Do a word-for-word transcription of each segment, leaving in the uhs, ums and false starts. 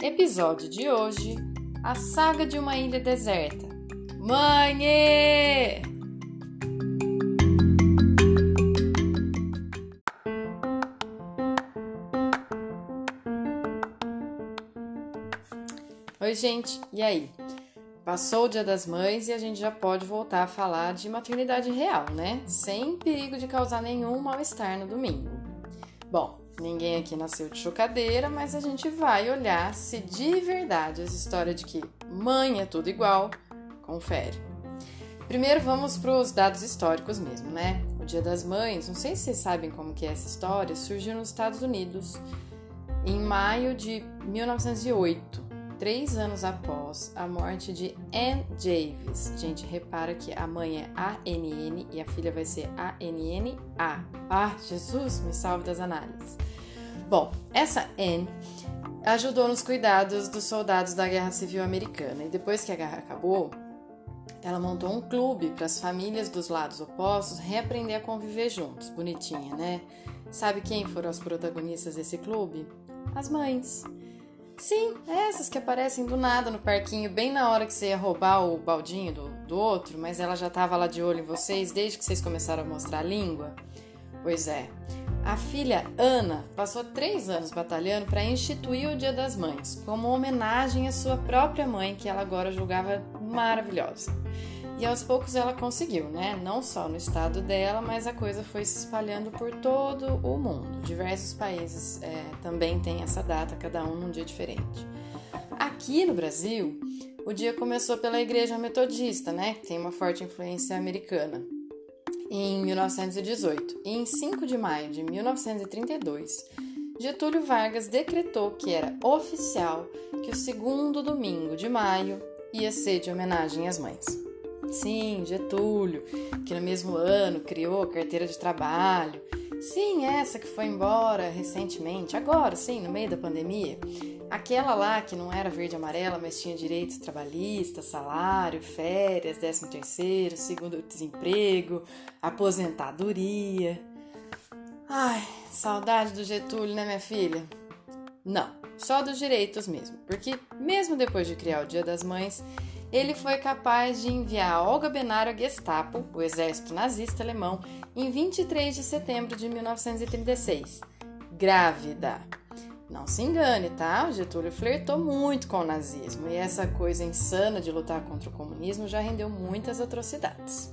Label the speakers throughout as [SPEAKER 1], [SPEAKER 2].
[SPEAKER 1] Episódio de hoje: A Saga de uma Ilha Deserta. Mãe! Oi, gente, e aí? Passou o Dia das Mães e a gente já pode voltar a falar de maternidade real, né? Sem perigo de causar nenhum mal-estar no domingo. Bom, ninguém aqui nasceu de chocadeira, mas a gente vai olhar se de verdade essa história de que mãe é tudo igual, confere. Primeiro vamos para os dados históricos mesmo, né? O Dia das Mães, não sei se vocês sabem como que é essa história, surgiu nos Estados Unidos em maio de mil novecentos e oito. Três anos após a morte de Ann Davis. Gente, repara que a mãe é A N N e a filha vai ser A N N A. Ah, Jesus, me salve das análises. Bom, essa Ann ajudou nos cuidados dos soldados da Guerra Civil Americana. E depois que a guerra acabou, ela montou um clube para as famílias dos lados opostos reaprender a conviver juntos. Bonitinha, né? Sabe quem foram as protagonistas desse clube? As mães. Sim, essas que aparecem do nada no parquinho, bem na hora que você ia roubar o baldinho do, do outro, mas ela já estava lá de olho em vocês desde que vocês começaram a mostrar a língua. Pois é, a filha Ana passou três anos batalhando para instituir o Dia das Mães, como homenagem à sua própria mãe, que ela agora julgava maravilhosa. E aos poucos ela conseguiu, né? Não só no estado dela, mas a coisa foi se espalhando por todo o mundo. Diversos países é, também têm essa data, cada um num dia diferente. Aqui no Brasil, o dia começou pela Igreja Metodista, né? Que tem uma forte influência americana, em mil novecentos e dezoito. E em cinco de maio de mil novecentos e trinta e dois, Getúlio Vargas decretou que era oficial que o segundo domingo de maio ia ser de homenagem às mães. Sim, Getúlio, que no mesmo ano criou a carteira de trabalho. Sim, essa que foi embora recentemente, agora sim, no meio da pandemia. Aquela lá que não era verde e amarela, mas tinha direitos trabalhistas, salário, férias, décimo terceiro, segundo desemprego, aposentadoria. Ai, saudade do Getúlio, né, minha filha? Não, só dos direitos mesmo, porque mesmo depois de criar o Dia das Mães, ele foi capaz de enviar a Olga Benário à Gestapo, o exército nazista alemão, em vinte e três de setembro de mil novecentos e trinta e seis, grávida. Não se engane, tá? O Getúlio flertou muito com o nazismo e essa coisa insana de lutar contra o comunismo já rendeu muitas atrocidades.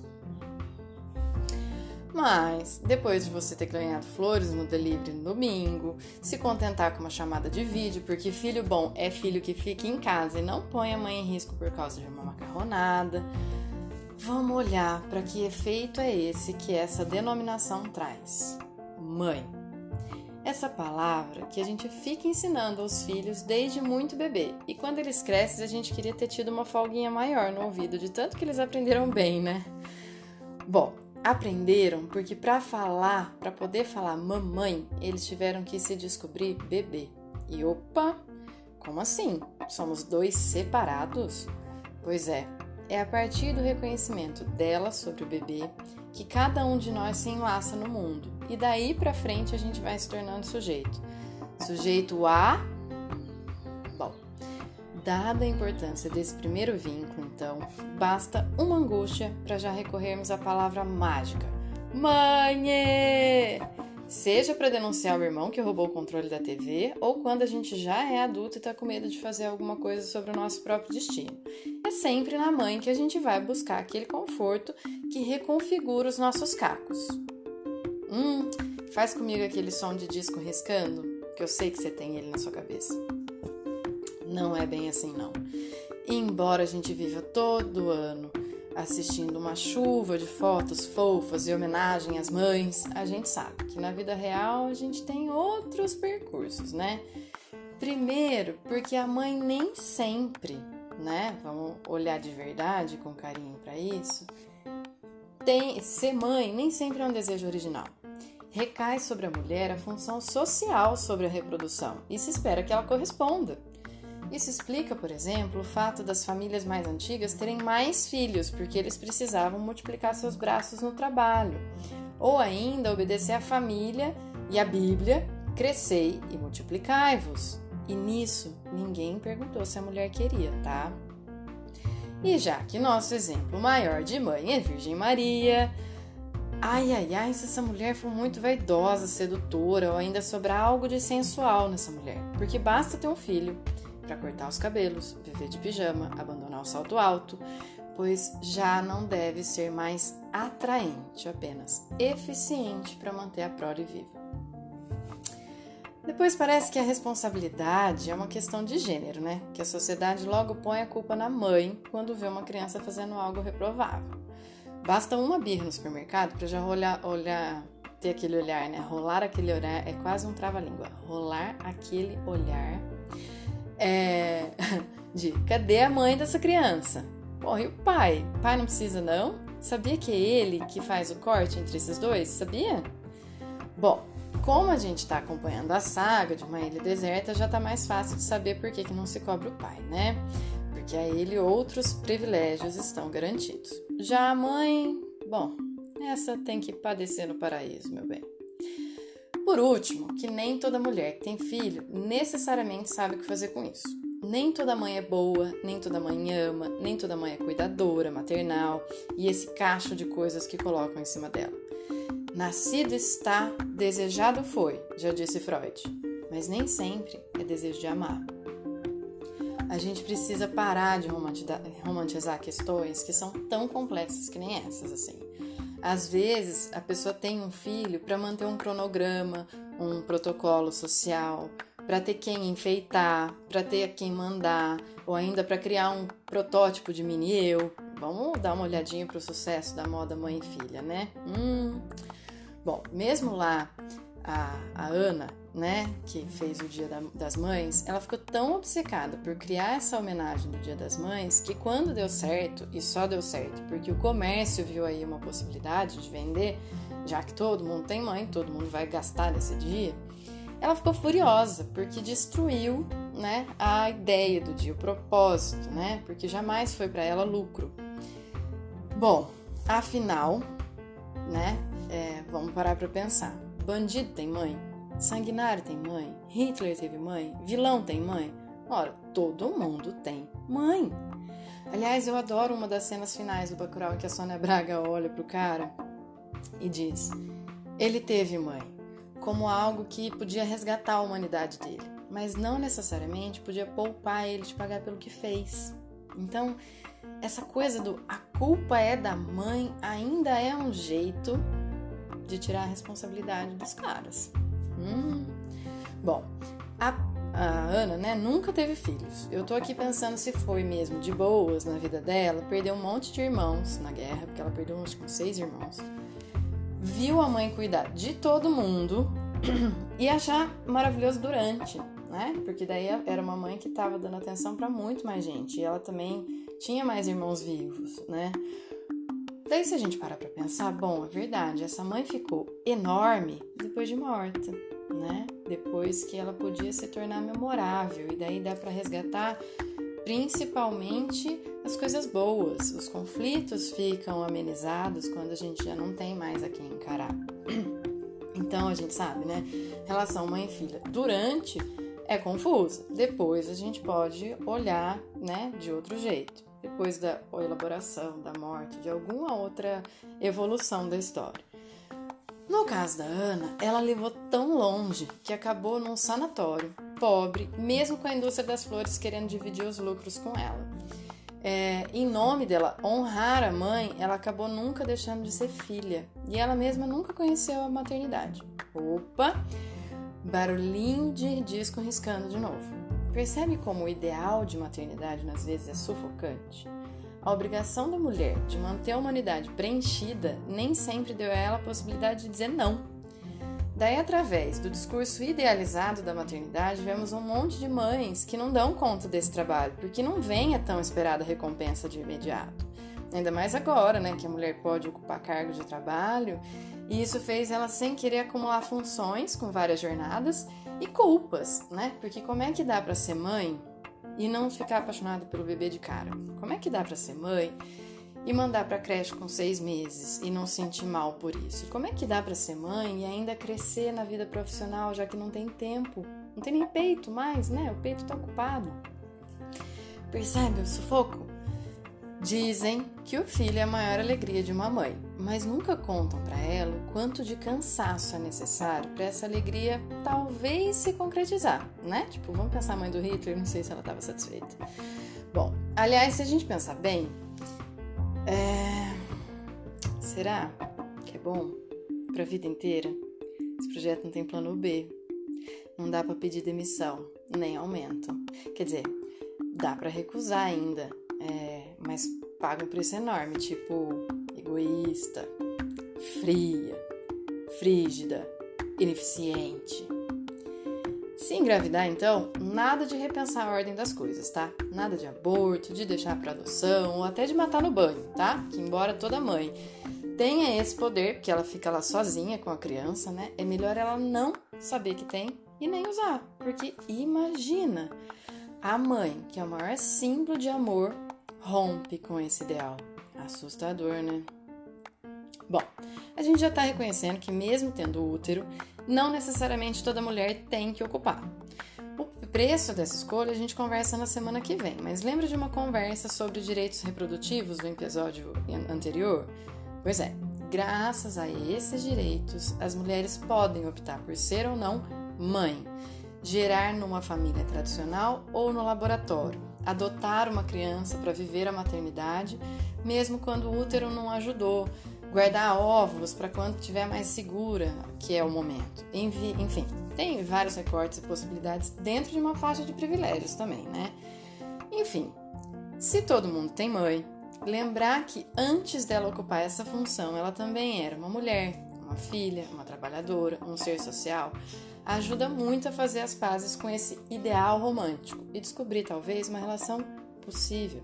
[SPEAKER 1] Mas, depois de você ter ganhado flores no delivery no domingo, se contentar com uma chamada de vídeo, porque filho bom é filho que fica em casa e não põe a mãe em risco por causa de uma macarronada, vamos olhar para que efeito é esse que essa denominação traz. Mãe. Essa palavra que a gente fica ensinando aos filhos desde muito bebê. E quando eles crescem, a gente queria ter tido uma folguinha maior no ouvido, de tanto que eles aprenderam bem, né? Bom, aprenderam porque para falar, para poder falar mamãe, eles tiveram que se descobrir bebê. E opa, como assim? Somos dois separados? Pois é, é a partir do reconhecimento dela sobre o bebê que cada um de nós se enlaça no mundo. E daí para frente a gente vai se tornando sujeito. Sujeito a... Bom, dada a importância desse primeiro vínculo, então, basta uma angústia para já recorrermos à palavra mágica. Mãe! Seja para denunciar o irmão que roubou o controle da T V ou quando a gente já é adulto e está com medo de fazer alguma coisa sobre o nosso próprio destino. É sempre na mãe que a gente vai buscar aquele conforto que reconfigura os nossos cacos. Hum, faz comigo aquele som de disco riscando, que eu sei que você tem ele na sua cabeça. Não é bem assim, não. Embora a gente viva todo ano assistindo uma chuva de fotos fofas e homenagem às mães, a gente sabe que na vida real a gente tem outros percursos, né? Primeiro, porque a mãe nem sempre, né? Vamos olhar de verdade, com carinho para isso. Tem, ser mãe nem sempre é um desejo original. Recai sobre a mulher a função social sobre a reprodução e se espera que ela corresponda. Isso explica, por exemplo, o fato das famílias mais antigas terem mais filhos, porque eles precisavam multiplicar seus braços no trabalho. Ou ainda obedecer à família e à Bíblia, crescei e multiplicai-vos. E nisso, ninguém perguntou se a mulher queria, tá? E já que nosso exemplo maior de mãe é Virgem Maria, ai, ai, ai, se essa mulher for muito vaidosa, sedutora ou ainda sobrar algo de sensual nessa mulher, porque basta ter um filho para cortar os cabelos, viver de pijama, abandonar o salto alto, pois já não deve ser mais atraente, apenas eficiente para manter a prole viva. Depois parece que a responsabilidade é uma questão de gênero, né? Que a sociedade logo põe a culpa na mãe quando vê uma criança fazendo algo reprovável. Basta uma birra no supermercado para já olhar, olhar, ter aquele olhar, né? Rolar aquele olhar é quase um trava-língua. Rolar aquele olhar é... de cadê a mãe dessa criança? Porra, e o pai? O pai não precisa, não? Sabia que é ele que faz o corte entre esses dois? Sabia? Bom, como a gente está acompanhando a saga de Uma Ilha Deserta, já está mais fácil de saber por que, que não se cobra o pai, né? Porque a ele outros privilégios estão garantidos. Já a mãe, bom, essa tem que padecer no paraíso, meu bem. Por último, que nem toda mulher que tem filho necessariamente sabe o que fazer com isso. Nem toda mãe é boa, nem toda mãe ama, nem toda mãe é cuidadora, maternal e esse cacho de coisas que colocam em cima dela. Nascido está, desejado foi, já disse Freud, mas nem sempre é desejo de amar. A gente precisa parar de romantizar questões que são tão complexas que nem essas, assim. Às vezes, a pessoa tem um filho para manter um cronograma, um protocolo social, para ter quem enfeitar, para ter quem mandar, ou ainda para criar um protótipo de mini eu. Vamos dar uma olhadinha para o sucesso da moda mãe e filha, né? Hum... Bom, mesmo lá, a, a Ana, né, que fez o Dia da, das Mães, ela ficou tão obcecada por criar essa homenagem do Dia das Mães, que quando deu certo, e só deu certo porque o comércio viu aí uma possibilidade de vender, já que todo mundo tem mãe, todo mundo vai gastar nesse dia, ela ficou furiosa, porque destruiu, né, a ideia do dia, o propósito, né, porque jamais foi para ela lucro. Bom, afinal, né, É, vamos parar para pensar. Bandido tem mãe? Sanguinário tem mãe? Hitler teve mãe? Vilão tem mãe? Ora, todo mundo tem mãe. Aliás, eu adoro uma das cenas finais do Bacurau em que a Sônia Braga olha pro cara e diz: ele teve mãe, como algo que podia resgatar a humanidade dele, mas não necessariamente podia poupar ele de pagar pelo que fez. Então, essa coisa do a culpa é da mãe ainda é um jeito de tirar a responsabilidade dos caras. Hum. Bom, a, a Ana, né, nunca teve filhos. Eu tô aqui pensando se foi mesmo de boas na vida dela, perdeu um monte de irmãos na guerra, porque ela perdeu acho que seis irmãos. Viu a mãe cuidar de todo mundo e achar maravilhoso durante, né? Porque daí era uma mãe que tava dando atenção para muito mais gente. E ela também tinha mais irmãos vivos, né? Daí, se a gente parar pra pensar, bom, é verdade, essa mãe ficou enorme depois de morta, né? Depois que ela podia se tornar memorável, e daí dá pra resgatar principalmente as coisas boas. Os conflitos ficam amenizados quando a gente já não tem mais a quem encarar. Então, a gente sabe, né? Relação mãe e filha durante é confusa, depois a gente pode olhar, né, de outro jeito. Depois da elaboração, da morte, de alguma outra evolução da história. No caso da Ana, ela levou tão longe que acabou num sanatório, pobre, mesmo com a indústria das flores querendo dividir os lucros com ela. É, em nome dela honrar a mãe, ela acabou nunca deixando de ser filha, e ela mesma nunca conheceu a maternidade. Opa! Barulhinho de disco riscando de novo. Percebe como o ideal de maternidade, às vezes, é sufocante? A obrigação da mulher de manter a humanidade preenchida nem sempre deu a ela a possibilidade de dizer não. Daí, através do discurso idealizado da maternidade, vemos um monte de mães que não dão conta desse trabalho, porque não vem a tão esperada recompensa de imediato. Ainda mais agora, né, que a mulher pode ocupar cargos de trabalho, e isso fez ela sem querer acumular funções com várias jornadas e culpas, né? Porque como é que dá pra ser mãe e não ficar apaixonada pelo bebê de cara? Como é que dá pra ser mãe e mandar pra creche com seis meses e não sentir mal por isso? Como é que dá pra ser mãe e ainda crescer na vida profissional, já que não tem tempo, Não tem nem peito mais, né? O peito tá ocupado. Percebe o sufoco? Dizem que o filho é a maior alegria de uma mãe, mas nunca contam para ela o quanto de cansaço é necessário para essa alegria talvez se concretizar, né? Tipo, vamos pensar a mãe do Hitler, não sei se ela estava satisfeita. Bom, aliás, se a gente pensar bem, é... será que é bom para a vida inteira? Esse projeto não tem plano B, não dá para pedir demissão, nem aumento. Quer dizer, dá para recusar ainda, é, mas paga um preço enorme, tipo egoísta, fria, frígida, ineficiente. Se engravidar, então, nada de repensar a ordem das coisas, tá? Nada de aborto, de deixar para adoção ou até de matar no banho, tá? Que embora toda mãe tenha esse poder, porque ela fica lá sozinha com a criança, né? É melhor ela não saber que tem e nem usar, porque imagina, a mãe, que é o maior símbolo de amor, rompe com esse ideal. Assustador, né? Bom, a gente já está reconhecendo que mesmo tendo útero, não necessariamente toda mulher tem que ocupar. O preço dessa escolha a gente conversa na semana que vem, mas lembra de uma conversa sobre direitos reprodutivos do episódio anterior? Pois é, graças a esses direitos, as mulheres podem optar por ser ou não mãe, gerar numa família tradicional ou no laboratório, adotar uma criança para viver a maternidade, mesmo quando o útero não ajudou, guardar óvulos para quando estiver mais segura, que é o momento. Enfim, tem vários recortes e possibilidades dentro de uma faixa de privilégios também, né? Enfim, se todo mundo tem mãe, lembrar que antes dela ocupar essa função, ela também era uma mulher, uma filha, uma trabalhadora, um ser social, ajuda muito a fazer as pazes com esse ideal romântico e descobrir, talvez, uma relação possível.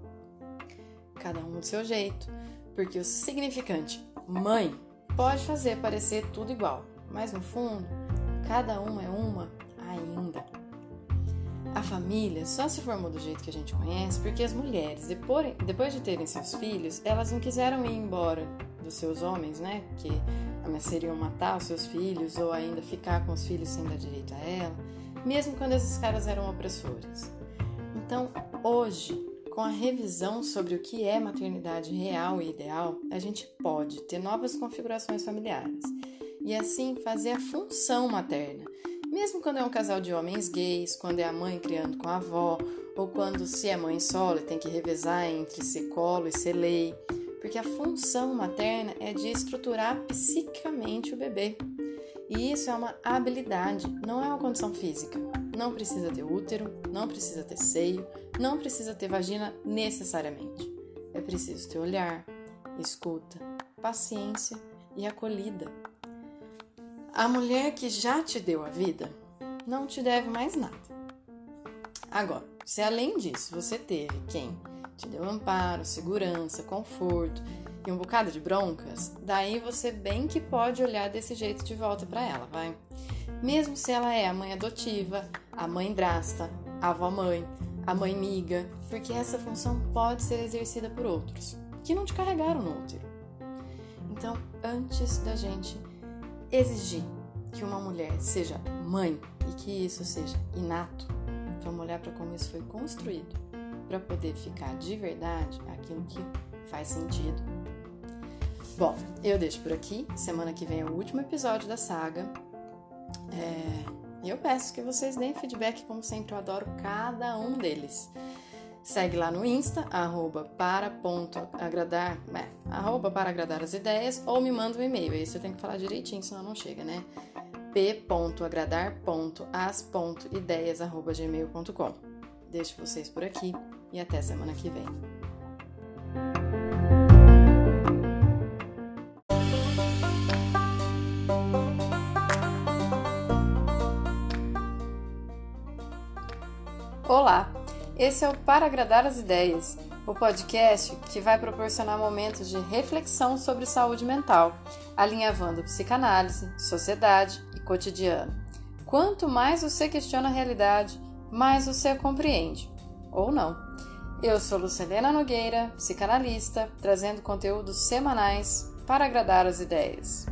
[SPEAKER 1] Cada um do seu jeito, porque o significante mãe pode fazer parecer tudo igual, mas no fundo, cada um é uma ainda. A família só se formou do jeito que a gente conhece porque as mulheres, depois de terem seus filhos, elas não quiseram ir embora dos seus homens, né? Que ameaçariam matar os seus filhos ou ainda ficar com os filhos sem dar direito a ela, mesmo quando esses caras eram opressores. Então, hoje, com a revisão sobre o que é maternidade real e ideal, a gente pode ter novas configurações familiares e assim fazer a função materna, mesmo quando é um casal de homens gays, quando é a mãe criando com a avó, ou quando se é mãe solo e tem que revezar entre ser colo e ser lei, porque a função materna é de estruturar psiquicamente o bebê. E isso é uma habilidade, não é uma condição física. Não precisa ter útero, não precisa ter seio, não precisa ter vagina necessariamente. É preciso ter olhar, escuta, paciência e acolhida. A mulher que já te deu a vida não te deve mais nada. Agora, se além disso você teve quem te deu amparo, segurança, conforto e um bocado de broncas, daí você bem que pode olhar desse jeito de volta para ela, vai? Mesmo se ela é a mãe adotiva, a mãe drasta, a avó-mãe, a mãe miga, porque essa função pode ser exercida por outros, que não te carregaram no útero. Então, antes da gente exigir que uma mulher seja mãe e que isso seja inato, vamos olhar para como isso foi construído, para poder ficar de verdade aquilo que faz sentido. Bom, eu deixo por aqui. Semana que vem é o último episódio da saga. E é, eu peço que vocês deem feedback, como sempre, eu adoro cada um deles. Segue lá no Insta, arroba para ponto agradar, é, arroba para agradar as ideias, ou me manda um e-mail. Aí você tem que falar direitinho, senão não chega, né? p ponto agradar ponto as ponto ideias arroba gmail ponto com. Deixo vocês por aqui e até semana que vem. Olá, esse é o Para Agradar as Ideias, o podcast que vai proporcionar momentos de reflexão sobre saúde mental, alinhavando psicanálise, sociedade e cotidiano. Quanto mais você questiona a realidade, mais você a compreende, ou não. Eu sou Lucilena Nogueira, psicanalista, trazendo conteúdos semanais para agradar as ideias.